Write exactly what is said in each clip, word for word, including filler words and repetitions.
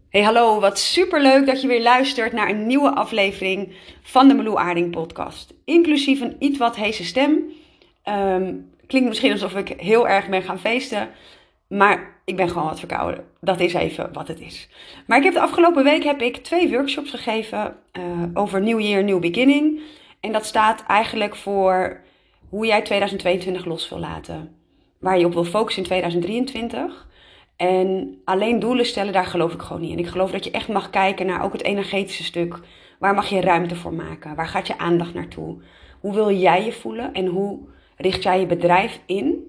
Hey hallo, wat superleuk dat je weer luistert naar een nieuwe aflevering van de Meloe Aarding podcast. Inclusief een iets wat heese stem. Um, klinkt misschien alsof ik heel erg ben gaan feesten, maar ik ben gewoon wat verkouden. Dat is even wat het is. Maar ik heb de afgelopen week heb ik twee workshops gegeven uh, over New Year, New Beginning. En dat staat eigenlijk voor hoe jij tweeduizend tweeëntwintig los wil laten. Waar je op wil focussen in tweeduizend drieëntwintig. En alleen doelen stellen, daar geloof ik gewoon niet in. Ik geloof dat je echt mag kijken naar ook het energetische stuk. Waar mag je ruimte voor maken? Waar gaat je aandacht naartoe? Hoe wil jij je voelen? En hoe richt jij je bedrijf in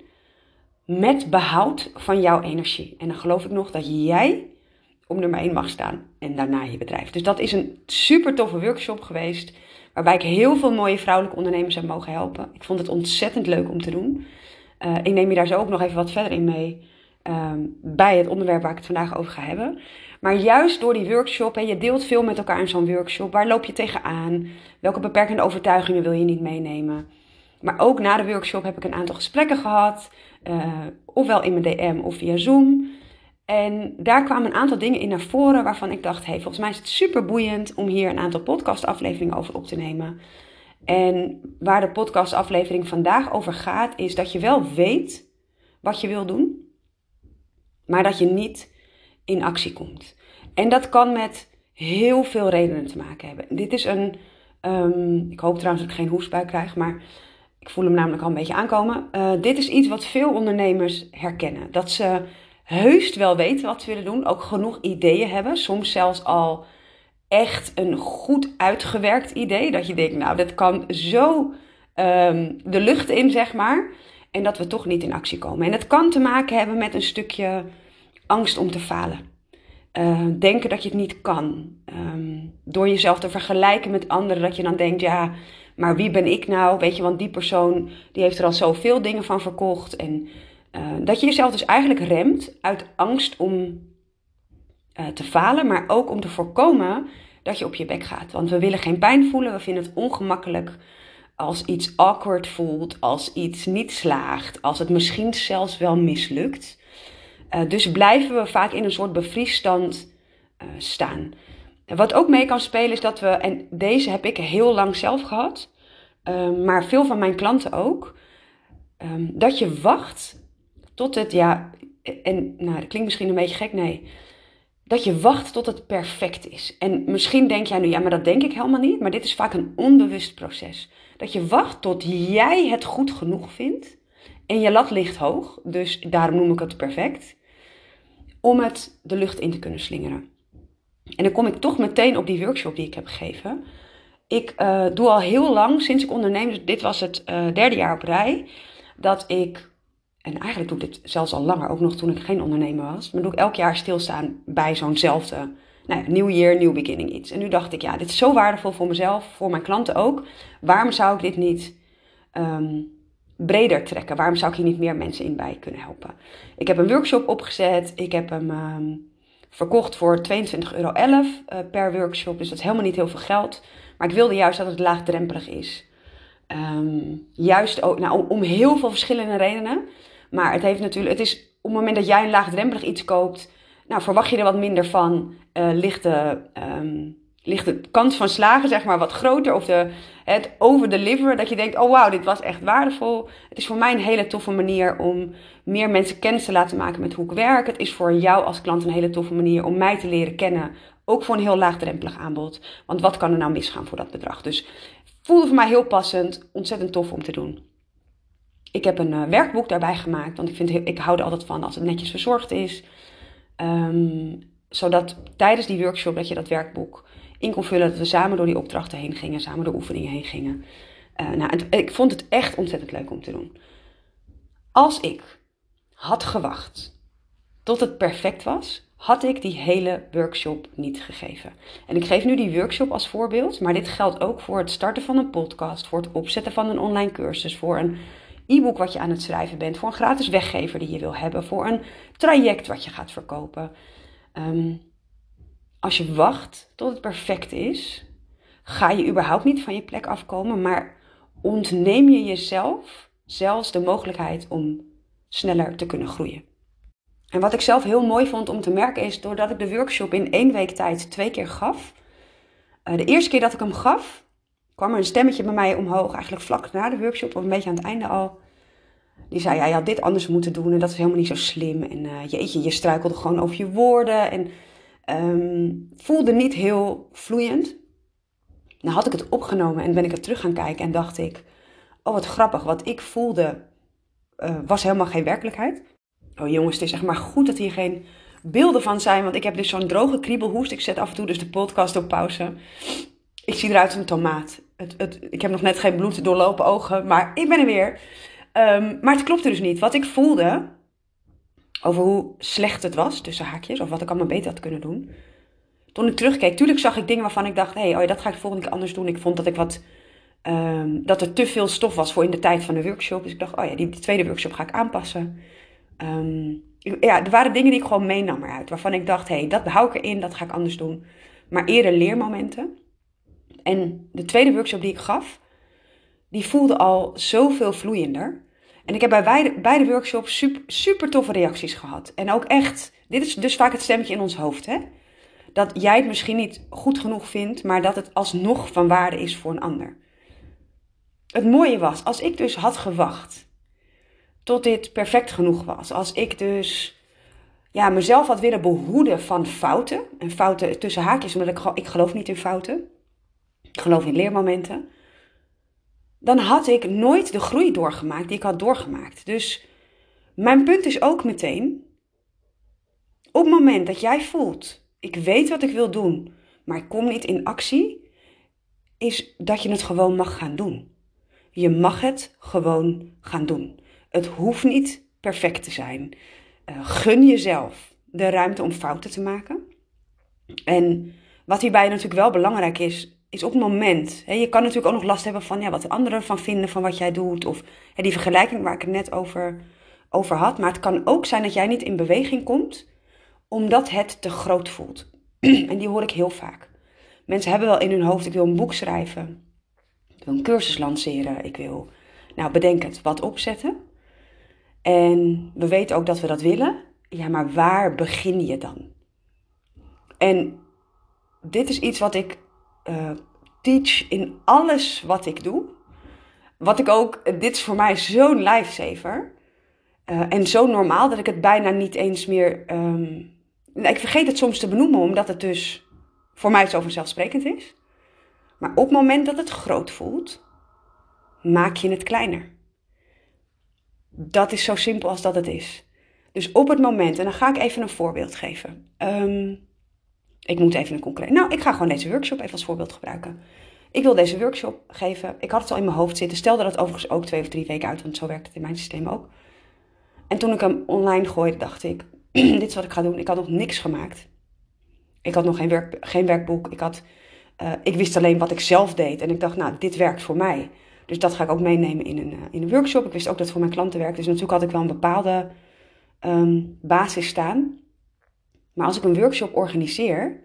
met behoud van jouw energie? En dan geloof ik nog dat jij op nummer één mag staan en daarna je bedrijf. Dus dat is een super toffe workshop geweest, waarbij ik heel veel mooie vrouwelijke ondernemers heb mogen helpen. Ik vond het ontzettend leuk om te doen. Uh, ik neem je daar zo ook nog even wat verder in mee. Um, bij het onderwerp waar ik het vandaag over ga hebben. Maar juist door die workshop, hè, je deelt veel met elkaar in zo'n workshop. Waar loop je tegenaan? Welke beperkende overtuigingen wil je niet meenemen? Maar ook na de workshop heb ik een aantal gesprekken gehad. Uh, ofwel in mijn D M of via Zoom. En daar kwamen een aantal dingen in naar voren waarvan ik dacht, hey, volgens mij is het super boeiend om hier een aantal podcastafleveringen over op te nemen. En waar de podcastaflevering vandaag over gaat, is dat je wel weet wat je wil doen, maar dat je niet in actie komt. En dat kan met heel veel redenen te maken hebben. Dit is een, um, ik hoop trouwens dat ik geen hoestbui krijg, maar ik voel hem namelijk al een beetje aankomen. Uh, dit is iets wat veel ondernemers herkennen. Dat ze heus wel weten wat ze willen doen, ook genoeg ideeën hebben. Soms zelfs al echt een goed uitgewerkt idee. Dat je denkt, nou, dat kan zo um, de lucht in, zeg maar. En dat we toch niet in actie komen. En het kan te maken hebben met een stukje angst om te falen. Uh, denken dat je het niet kan. Um, door jezelf te vergelijken met anderen. Dat je dan denkt, ja, maar wie ben ik nou? Weet je, want die persoon die heeft er al zoveel dingen van verkocht. En uh, dat je jezelf dus eigenlijk remt uit angst om uh, te falen. Maar ook om te voorkomen dat je op je bek gaat. Want we willen geen pijn voelen. We vinden het ongemakkelijk als iets awkward voelt, als iets niet slaagt, als het misschien zelfs wel mislukt. Uh, dus blijven we vaak in een soort bevriesstand uh, staan. En wat ook mee kan spelen is dat we, en deze heb ik heel lang zelf gehad, uh, maar veel van mijn klanten ook, um, dat je wacht tot het, ja, en nou, dat klinkt misschien een beetje gek, nee, dat je wacht tot het perfect is. En misschien denk jij nu, ja, maar dat denk ik helemaal niet, maar dit is vaak een onbewust proces. Dat je wacht tot jij het goed genoeg vindt. En je lat ligt hoog, dus daarom noem ik het perfect. Om het de lucht in te kunnen slingeren. En dan kom ik toch meteen op die workshop die ik heb gegeven. Ik uh, doe al heel lang, sinds ik onderneem, dus dit was het uh, derde jaar op rij, dat ik, en eigenlijk doe ik dit zelfs al langer, ook nog toen ik geen ondernemer was, maar doe ik elk jaar stilstaan bij zo'nzelfde, nou ja, New Year, New Beginning iets. En nu dacht ik, ja, dit is zo waardevol voor mezelf, voor mijn klanten ook. Waarom zou ik dit niet um, breder trekken? Waarom zou ik hier niet meer mensen in bij kunnen helpen? Ik heb een workshop opgezet. Ik heb hem um, verkocht voor tweeëntwintig euro elf uh, per workshop. Dus dat is helemaal niet heel veel geld. Maar ik wilde juist dat het laagdrempelig is. Um, juist ook, nou, om, om heel veel verschillende redenen. Maar het heeft natuurlijk, het is op het moment dat jij een laagdrempelig iets koopt, nou, verwacht je er wat minder van. Uh, ligt, de, um, ligt de kans van slagen, zeg maar, wat groter. Of de, het overdeliveren, dat je denkt, oh wauw, dit was echt waardevol. Het is voor mij een hele toffe manier om meer mensen kennis te laten maken met hoe ik werk. Het is voor jou als klant een hele toffe manier om mij te leren kennen. Ook voor een heel laagdrempelig aanbod. Want wat kan er nou misgaan voor dat bedrag? Dus voelde voor mij heel passend, ontzettend tof om te doen. Ik heb een uh, werkboek daarbij gemaakt, want ik, vind, ik hou er altijd van als het netjes verzorgd is. Um, zodat tijdens die workshop dat je dat werkboek in kon vullen, dat we samen door die opdrachten heen gingen, samen door oefeningen heen gingen. Uh, nou, het, ik vond het echt ontzettend leuk om te doen. Als ik had gewacht tot het perfect was, had ik die hele workshop niet gegeven. En ik geef nu die workshop als voorbeeld, maar dit geldt ook voor het starten van een podcast, voor het opzetten van een online cursus, voor een e-book wat je aan het schrijven bent, voor een gratis weggever die je wil hebben, voor een traject wat je gaat verkopen. Um, als je wacht tot het perfect is, ga je überhaupt niet van je plek afkomen, maar ontneem je jezelf zelfs de mogelijkheid om sneller te kunnen groeien. En wat ik zelf heel mooi vond om te merken is, doordat ik de workshop in één week tijd twee keer gaf. Uh, de eerste keer dat ik hem gaf, kwam er een stemmetje bij mij omhoog, eigenlijk vlak na de workshop, of een beetje aan het einde al. Die zei, ja, je had dit anders moeten doen en dat is helemaal niet zo slim. En uh, jeetje, je struikelde gewoon over je woorden en um, voelde niet heel vloeiend. Nou had ik het opgenomen en ben ik er terug gaan kijken en dacht ik, oh wat grappig, wat ik voelde uh, was helemaal geen werkelijkheid. Oh jongens, het is echt maar goed dat hier geen beelden van zijn, want ik heb dus zo'n droge kriebelhoest. Ik zet af en toe dus de podcast op pauze. Ik zie eruit als een tomaat. Het, het, ik heb nog net geen bloed doorlopen ogen, maar ik ben er weer. Um, maar het klopte dus niet. Wat ik voelde over hoe slecht het was, tussen haakjes, of wat ik allemaal beter had kunnen doen. Toen ik terugkeek, tuurlijk zag ik dingen waarvan ik dacht, hé, hey, oh ja, dat ga ik de volgende keer anders doen. Ik vond dat ik wat, um, dat er te veel stof was voor in de tijd van de workshop. Dus ik dacht, oh ja, die, die tweede workshop ga ik aanpassen. Um, ja, er waren dingen die ik gewoon meenam eruit, waarvan ik dacht, hé, hey, dat hou ik erin, dat ga ik anders doen. Maar eerder leermomenten. En de tweede workshop die ik gaf, die voelde al zoveel vloeiender. En ik heb bij beide, beide workshops super, super toffe reacties gehad. En ook echt, dit is dus vaak het stemmetje in ons hoofd, hè? Dat jij het misschien niet goed genoeg vindt, maar dat het alsnog van waarde is voor een ander. Het mooie was, als ik dus had gewacht tot dit perfect genoeg was. Als ik dus ja, mezelf had willen behoeden van fouten. En fouten tussen haakjes, omdat ik, ik geloof niet in fouten. Ik geloof in leermomenten. Dan had ik nooit de groei doorgemaakt die ik had doorgemaakt. Dus mijn punt is ook meteen, op het moment dat jij voelt, ik weet wat ik wil doen, maar ik kom niet in actie, is dat je het gewoon mag gaan doen. Je mag het gewoon gaan doen. Het hoeft niet perfect te zijn. Uh, gun jezelf de ruimte om fouten te maken. En wat hierbij natuurlijk wel belangrijk is, is op het moment, hè, je kan natuurlijk ook nog last hebben van ja, wat anderen van vinden van wat jij doet. Of hè, die vergelijking waar ik het net over, over had. Maar het kan ook zijn dat jij niet in beweging komt, omdat het te groot voelt. En die hoor ik heel vaak. Mensen hebben wel in hun hoofd, ik wil een boek schrijven. Ik wil een cursus lanceren. Ik wil, nou bedenk het, wat opzetten. En we weten ook dat we dat willen. Ja, maar waar begin je dan? En dit is iets wat ik uh, teach in alles wat ik doe. Wat ik ook, dit is voor mij zo'n lifesaver. Uh, en zo normaal dat ik het bijna niet eens meer... Um, ik vergeet het soms te benoemen, omdat het dus voor mij zo vanzelfsprekend is. Maar op het moment dat het groot voelt, maak je het kleiner. Dat is zo simpel als dat het is. Dus op het moment, en dan ga ik even een voorbeeld geven. Um, ik moet even een concreet... Nou, ik ga gewoon deze workshop even als voorbeeld gebruiken. Ik wil deze workshop geven. Ik had het al in mijn hoofd zitten. Stelde dat overigens ook twee of drie weken uit, want zo werkt het in mijn systeem ook. En toen ik hem online gooide, dacht ik, dit is wat ik ga doen. Ik had nog niks gemaakt. Ik had nog geen, werk, geen werkboek. Ik, had, uh, ik wist alleen wat ik zelf deed. En ik dacht, nou, dit werkt voor mij. Dus dat ga ik ook meenemen in een, uh, in een workshop. Ik wist ook dat het voor mijn klanten werkt. Dus natuurlijk had ik wel een bepaalde um, basis staan. Maar als ik een workshop organiseer,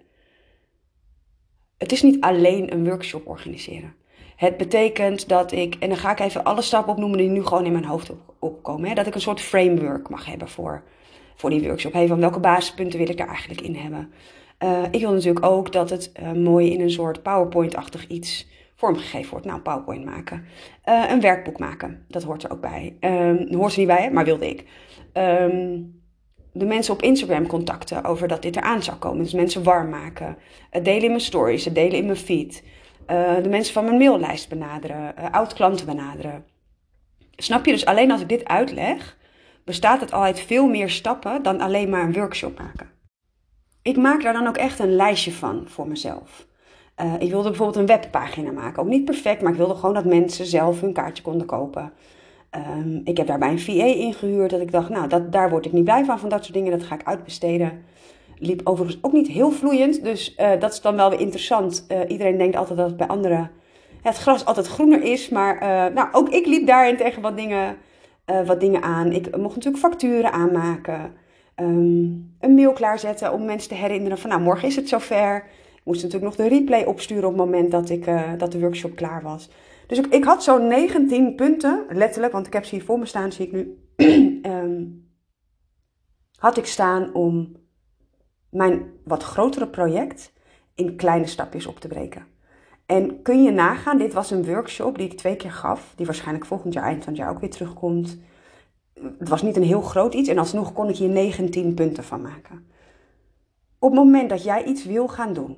het is niet alleen een workshop organiseren. Het betekent dat ik, en dan ga ik even alle stappen opnoemen die nu gewoon in mijn hoofd op, opkomen. Hè, dat ik een soort framework mag hebben voor, voor die workshop. Hey, van welke basispunten wil ik daar eigenlijk in hebben? Uh, ik wil natuurlijk ook dat het uh, mooi in een soort PowerPoint-achtig iets vormgegeven wordt. Nou, PowerPoint maken. Uh, een werkboek maken, dat hoort er ook bij. Um, hoort er niet bij, hè? Maar wilde ik. Um, de mensen op Instagram contacten over dat dit eraan zou komen. Dus mensen warm maken. Het delen in mijn stories, het delen in mijn feed. Uh, de mensen van mijn maillijst benaderen. Uh, oud-klanten benaderen. Snap je? Dus alleen als ik dit uitleg, bestaat het al uit veel meer stappen dan alleen maar een workshop maken. Ik maak daar dan ook echt een lijstje van voor mezelf. Uh, ik wilde bijvoorbeeld een webpagina maken. Ook niet perfect, maar ik wilde gewoon dat mensen zelf hun kaartje konden kopen. Um, ik heb daarbij een V A ingehuurd. Dat ik dacht, nou, dat, daar word ik niet blij van, van dat soort dingen. Dat ga ik uitbesteden. Liep overigens ook niet heel vloeiend. Dus uh, dat is dan wel weer interessant. Uh, iedereen denkt altijd dat het bij anderen het gras altijd groener is. Maar uh, nou, ook ik liep daarin tegen wat dingen, uh, wat dingen aan. Ik mocht natuurlijk facturen aanmaken. Um, een mail klaarzetten om mensen te herinneren van, nou, morgen is het zover. Ik moest natuurlijk nog de replay opsturen op het moment dat, ik, uh, dat de workshop klaar was. Dus ik, ik had zo'n negentien punten, letterlijk, want ik heb ze hier voor me staan, zie ik nu. um, had ik staan om mijn wat grotere project in kleine stapjes op te breken. En kun je nagaan, dit was een workshop die ik twee keer gaf, die waarschijnlijk volgend jaar, eind van het jaar ook weer terugkomt. Het was niet een heel groot iets en alsnog kon ik hier negentien punten van maken. Op het moment dat jij iets wil gaan doen,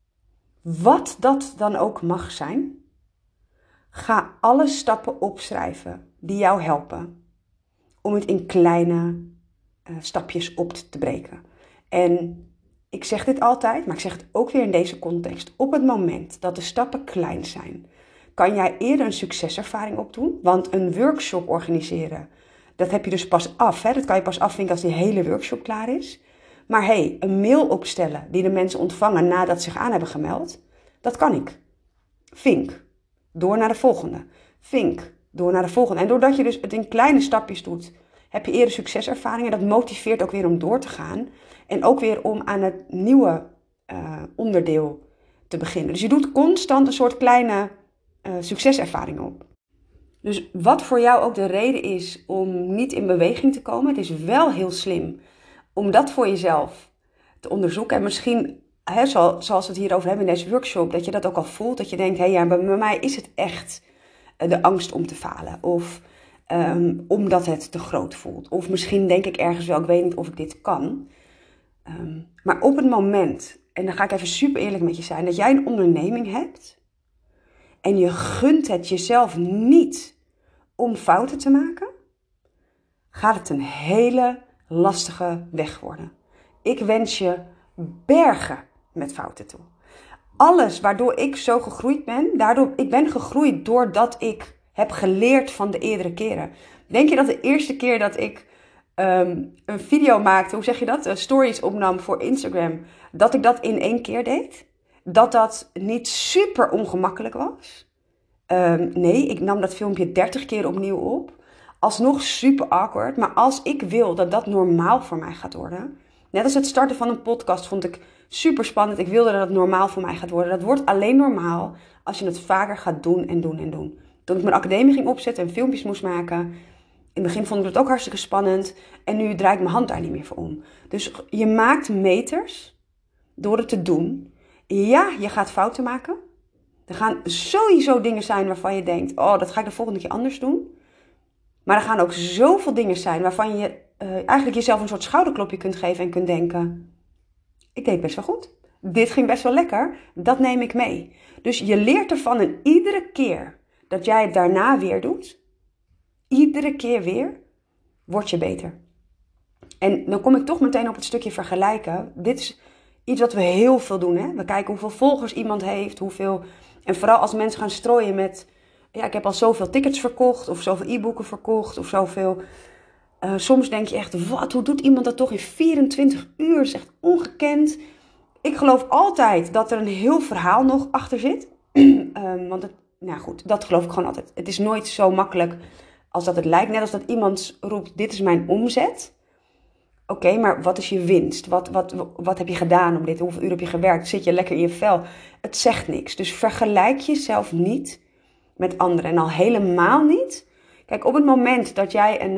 wat dat dan ook mag zijn, ga alle stappen opschrijven die jou helpen om het in kleine uh, stapjes op te breken. En ik zeg dit altijd, maar ik zeg het ook weer in deze context. Op het moment dat de stappen klein zijn, kan jij eerder een succeservaring opdoen. Want een workshop organiseren, dat heb je dus pas af. Hè? Dat kan je pas afvinken als die hele workshop klaar is. Maar hey, een mail opstellen die de mensen ontvangen nadat ze zich aan hebben gemeld, dat kan ik. Vink. Door naar de volgende. Vink. Door naar de volgende. En doordat je dus het in kleine stapjes doet, heb je eerder succeservaringen. Dat motiveert ook weer om door te gaan. En ook weer om aan het nieuwe uh, onderdeel te beginnen. Dus je doet constant een soort kleine uh, succeservaringen op. Dus wat voor jou ook de reden is om niet in beweging te komen, het is wel heel slim om dat voor jezelf te onderzoeken. En misschien, hè, zoals we het hier over hebben in deze workshop, dat je dat ook al voelt. Dat je denkt, hé, ja, bij mij is het echt de angst om te falen. Of um, omdat het te groot voelt. Of misschien denk ik ergens wel, ik weet niet of ik dit kan. Um, maar op het moment, en dan ga ik even super eerlijk met je zijn, dat jij een onderneming hebt en je gunt het jezelf niet om fouten te maken, gaat het een hele lastige weg worden. Ik wens je bergen met fouten toe. Alles waardoor ik zo gegroeid ben, daardoor, ik ben gegroeid doordat ik heb geleerd van de eerdere keren. Denk je dat de eerste keer dat ik um, een video maakte, hoe zeg je dat, uh, stories opnam voor Instagram, dat ik dat in één keer deed? Dat dat niet super ongemakkelijk was? Um, nee, ik nam dat filmpje dertig keer opnieuw op. Alsnog super awkward, maar als ik wil dat dat normaal voor mij gaat worden, net als het starten van een podcast vond ik super spannend. Ik wilde dat het normaal voor mij gaat worden. Dat wordt alleen normaal als je het vaker gaat doen en doen en doen. Toen ik mijn academie ging opzetten en filmpjes moest maken, in het begin vond ik dat ook hartstikke spannend. En nu draai ik mijn hand daar niet meer voor om. Dus je maakt meters door het te doen. Ja, je gaat fouten maken. Er gaan sowieso dingen zijn waarvan je denkt, oh, dat ga ik de volgende keer anders doen. Maar er gaan ook zoveel dingen zijn waarvan je uh, eigenlijk jezelf een soort schouderklopje kunt geven en kunt denken, ik deed best wel goed. Dit ging best wel lekker. Dat neem ik mee. Dus je leert ervan en iedere keer dat jij het daarna weer doet, iedere keer weer, word je beter. En dan kom ik toch meteen op het stukje vergelijken. Dit is iets wat we heel veel doen. Hè? We kijken hoeveel volgers iemand heeft, hoeveel. En vooral als mensen gaan strooien met, ja, ik heb al zoveel tickets verkocht, of zoveel e-boeken verkocht, of zoveel. Uh, soms denk je echt, wat, hoe doet iemand dat toch in vierentwintig uur? Dat is echt ongekend. Ik geloof altijd dat er een heel verhaal nog achter zit. um, want het, nou goed, dat geloof ik gewoon altijd. Het is nooit zo makkelijk als dat het lijkt. Net als dat iemand roept, dit is mijn omzet. Oké, okay, maar wat is je winst? Wat, wat, wat heb je gedaan om dit? Hoeveel uur heb je gewerkt? Zit je lekker in je vel? Het zegt niks. Dus vergelijk jezelf niet met anderen. En al helemaal niet. Kijk, op het moment dat jij een,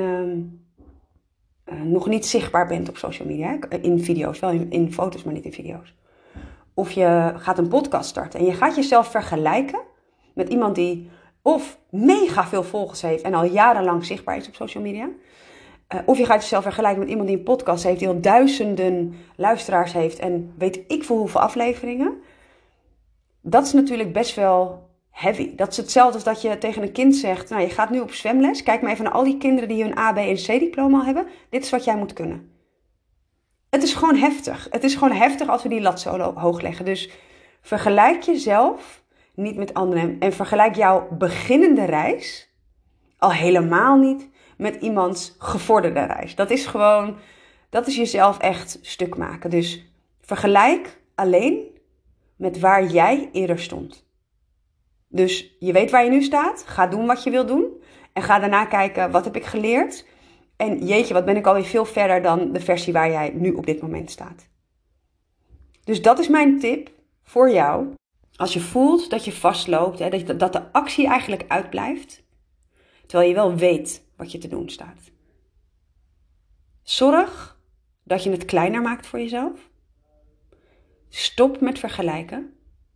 uh, uh, nog niet zichtbaar bent op social media. Hè? In video's, wel in, in foto's, maar niet in video's. Of je gaat een podcast starten en je gaat jezelf vergelijken met iemand die of mega veel volgers heeft en al jarenlang zichtbaar is op social media. Uh, of je gaat jezelf vergelijken met iemand die een podcast heeft, die al duizenden luisteraars heeft en weet ik veel hoeveel afleveringen. Dat is natuurlijk best wel heavy. Dat is hetzelfde als dat je tegen een kind zegt, nou je gaat nu op zwemles, kijk maar even naar al die kinderen die hun A, B en C diploma hebben. Dit is wat jij moet kunnen. Het is gewoon heftig. Het is gewoon heftig als we die lat zo hoog leggen. Dus vergelijk jezelf niet met anderen en vergelijk jouw beginnende reis al helemaal niet met iemands gevorderde reis. Dat is gewoon, dat is jezelf echt stuk maken. Dus vergelijk alleen met waar jij eerder stond. Dus je weet waar je nu staat. Ga doen wat je wil doen. En ga daarna kijken, wat heb ik geleerd? En jeetje, wat ben ik alweer veel verder dan de versie waar jij nu op dit moment staat. Dus dat is mijn tip voor jou. Als je voelt dat je vastloopt, hè, dat, dat de actie eigenlijk uitblijft, terwijl je wel weet wat je te doen staat. Zorg dat je het kleiner maakt voor jezelf. Stop met vergelijken.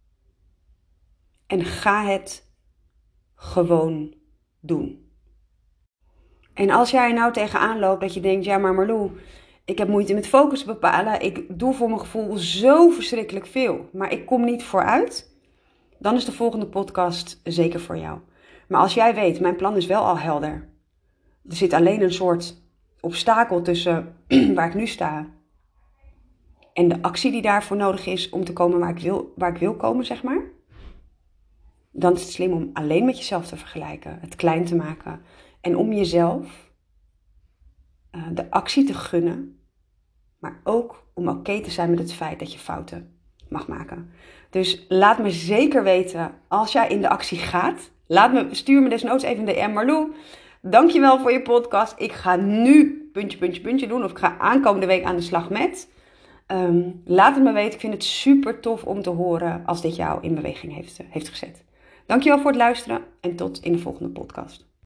En ga het gewoon doen. En als jij er nou tegenaan loopt dat je denkt, ja maar Marlou, ik heb moeite met focus bepalen. Ik doe voor mijn gevoel zo verschrikkelijk veel, maar ik kom niet vooruit. Dan is de volgende podcast zeker voor jou. Maar als jij weet, mijn plan is wel al helder. Er zit alleen een soort obstakel tussen waar ik nu sta en de actie die daarvoor nodig is om te komen waar ik wil, waar ik wil komen, zeg maar. Dan is het slim om alleen met jezelf te vergelijken, het klein te maken. En om jezelf uh, de actie te gunnen, maar ook om oké te zijn met het feit dat je fouten mag maken. Dus laat me zeker weten als jij in de actie gaat. Laat me, stuur me desnoods even een D M. Marlou, dankjewel voor je podcast. Ik ga nu puntje, puntje, puntje doen. Of ik ga aankomende week aan de slag met. Um, laat het me weten. Ik vind het super tof om te horen als dit jou in beweging heeft, heeft gezet. Dankjewel voor het luisteren en tot in de volgende podcast.